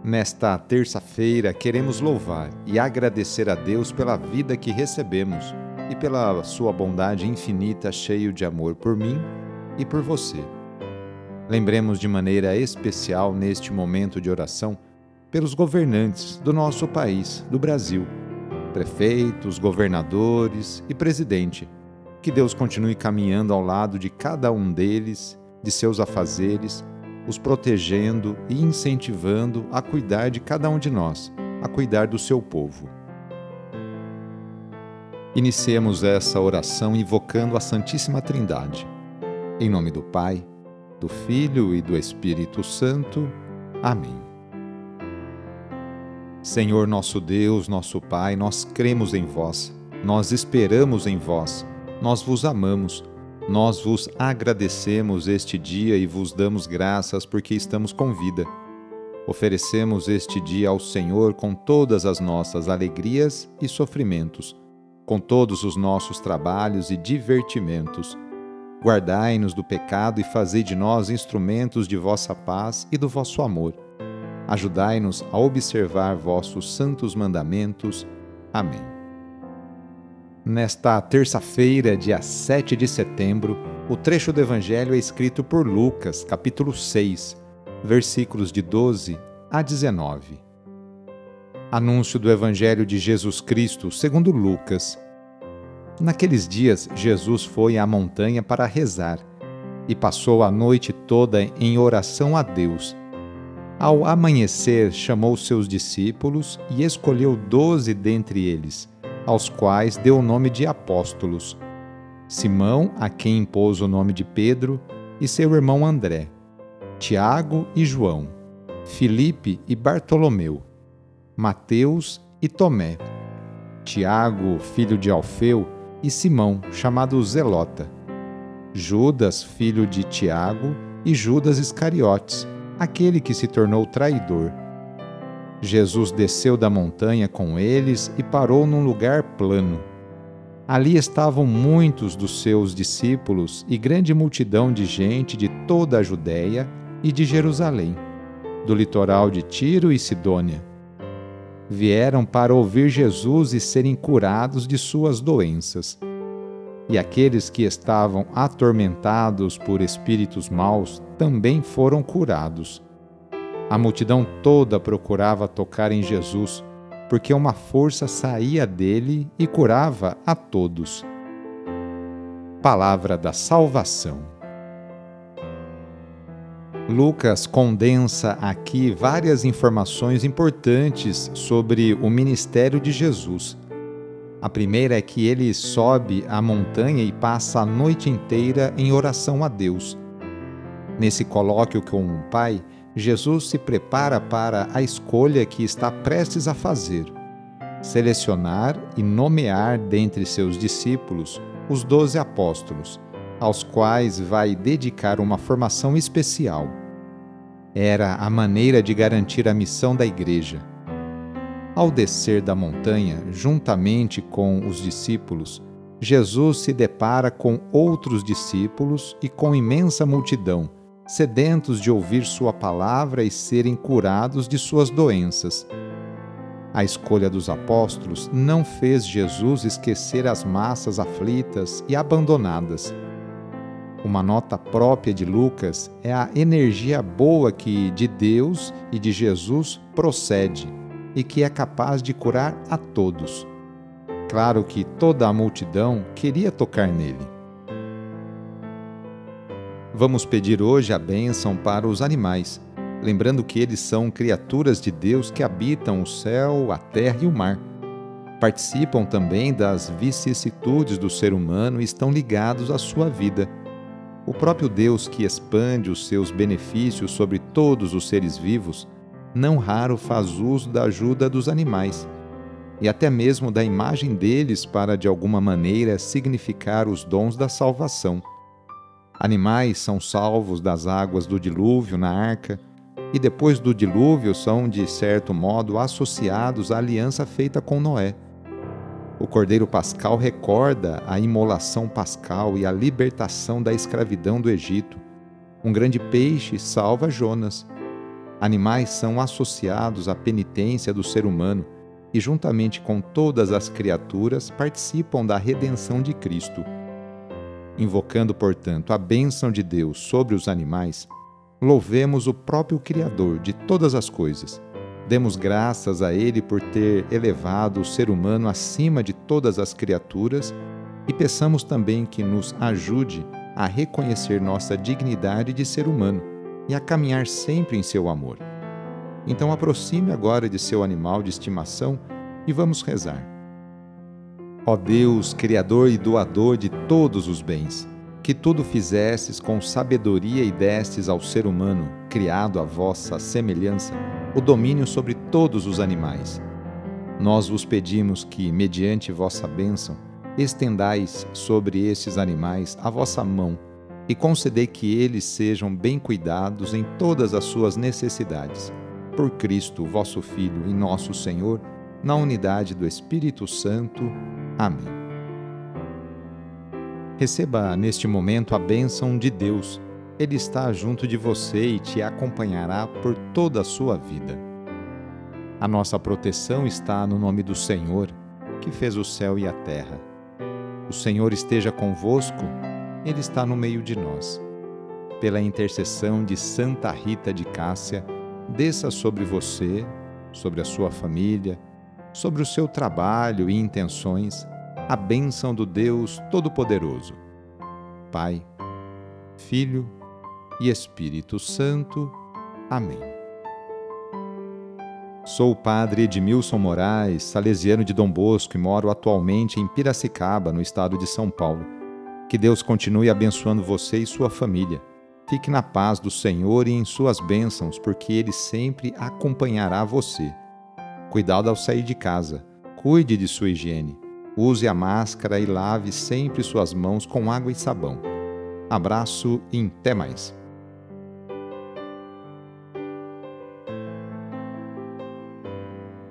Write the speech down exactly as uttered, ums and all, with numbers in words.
Nesta terça-feira, queremos louvar e agradecer a Deus pela vida que recebemos e pela sua bondade infinita, cheio de amor por mim e por você. Lembremos de maneira especial, neste momento de oração, pelos governantes do nosso país, do Brasil, prefeitos, governadores e presidente. Que Deus continue caminhando ao lado de cada um deles, de seus afazeres, os protegendo e incentivando a cuidar de cada um de nós, a cuidar do seu povo. Iniciemos essa oração invocando a Santíssima Trindade. Em nome do Pai, do Filho e do Espírito Santo. Amém. Senhor nosso Deus, nosso Pai, nós cremos em vós, nós esperamos em vós, nós vos amamos. Nós vos agradecemos este dia e vos damos graças porque estamos com vida. Oferecemos este dia ao Senhor com todas as nossas alegrias e sofrimentos, com todos os nossos trabalhos e divertimentos. Guardai-nos do pecado e fazei de nós instrumentos de vossa paz e do vosso amor. Ajudai-nos a observar vossos santos mandamentos. Amém. Nesta terça-feira, dia sete de setembro, o trecho do Evangelho é escrito por Lucas, capítulo seis, versículos de doze a dezenove. Anúncio do Evangelho de Jesus Cristo, segundo Lucas. Naqueles dias, Jesus foi à montanha para rezar e passou a noite toda em oração a Deus. Ao amanhecer, chamou seus discípulos e escolheu doze dentre eles, aos quais deu o nome de apóstolos: Simão, a quem impôs o nome de Pedro, e seu irmão André, Tiago e João, Filipe e Bartolomeu, Mateus e Tomé, Tiago, filho de Alfeu, e Simão, chamado Zelota, Judas, filho de Tiago, e Judas Iscariotes, aquele que se tornou traidor. Jesus desceu da montanha com eles e parou num lugar plano. Ali estavam muitos dos seus discípulos e grande multidão de gente de toda a Judéia e de Jerusalém, do litoral de Tiro e Sidônia. Vieram para ouvir Jesus e serem curados de suas doenças. E aqueles que estavam atormentados por espíritos maus também foram curados. A multidão toda procurava tocar em Jesus, porque uma força saía dele e curava a todos. Palavra da salvação. Lucas condensa aqui várias informações importantes sobre o ministério de Jesus. A primeira é que ele sobe a montanha e passa a noite inteira em oração a Deus. Nesse colóquio com o Pai, Jesus se prepara para a escolha que está prestes a fazer: selecionar e nomear dentre seus discípulos os doze apóstolos, aos quais vai dedicar uma formação especial. Era a maneira de garantir a missão da Igreja. Ao descer da montanha, juntamente com os discípulos, Jesus se depara com outros discípulos e com imensa multidão, sedentos de ouvir sua palavra e serem curados de suas doenças. A escolha dos apóstolos não fez Jesus esquecer as massas aflitas e abandonadas. Uma nota própria de Lucas é a energia boa que de Deus e de Jesus procede e que é capaz de curar a todos. Claro que toda a multidão queria tocar nele. Vamos pedir hoje a bênção para os animais, lembrando que eles são criaturas de Deus que habitam o céu, a terra e o mar. Participam também das vicissitudes do ser humano e estão ligados à sua vida. O próprio Deus, que expande os seus benefícios sobre todos os seres vivos, não raro faz uso da ajuda dos animais, e até mesmo da imagem deles para, de alguma maneira, significar os dons da salvação. Animais são salvos das águas do dilúvio na arca, e depois do dilúvio são, de certo modo, associados à aliança feita com Noé. O Cordeiro Pascal recorda a imolação pascal e a libertação da escravidão do Egito. Um grande peixe salva Jonas. Animais são associados à penitência do ser humano e, juntamente com todas as criaturas, participam da redenção de Cristo. Invocando, portanto, a bênção de Deus sobre os animais, louvemos o próprio Criador de todas as coisas. Demos graças a Ele por ter elevado o ser humano acima de todas as criaturas e peçamos também que nos ajude a reconhecer nossa dignidade de ser humano e a caminhar sempre em seu amor. Então aproxime agora de seu animal de estimação e vamos rezar. Ó Deus, Criador e doador de todos os bens, que tudo fizestes com sabedoria e destes ao ser humano, criado à vossa semelhança, o domínio sobre todos os animais. Nós vos pedimos que, mediante vossa bênção, estendais sobre estes animais a vossa mão e concedei que eles sejam bem cuidados em todas as suas necessidades. Por Cristo, vosso Filho e nosso Senhor, na unidade do Espírito Santo. Amém. Receba neste momento a bênção de Deus. Ele está junto de você e te acompanhará por toda a sua vida. A nossa proteção está no nome do Senhor, que fez o céu e a terra. O Senhor esteja convosco, Ele está no meio de nós. Pela intercessão de Santa Rita de Cássia, desça sobre você, sobre a sua família, sobre o seu trabalho e intenções, a bênção do Deus Todo-Poderoso. Pai, Filho e Espírito Santo. Amém. Sou o padre Edmilson Moraes, salesiano de Dom Bosco e moro atualmente em Piracicaba, no estado de São Paulo. Que Deus continue abençoando você e sua família. Fique na paz do Senhor e em suas bênçãos, porque Ele sempre acompanhará você. Cuidado ao sair de casa. Cuide de sua higiene. Use a máscara e lave sempre suas mãos com água e sabão. Abraço e até mais.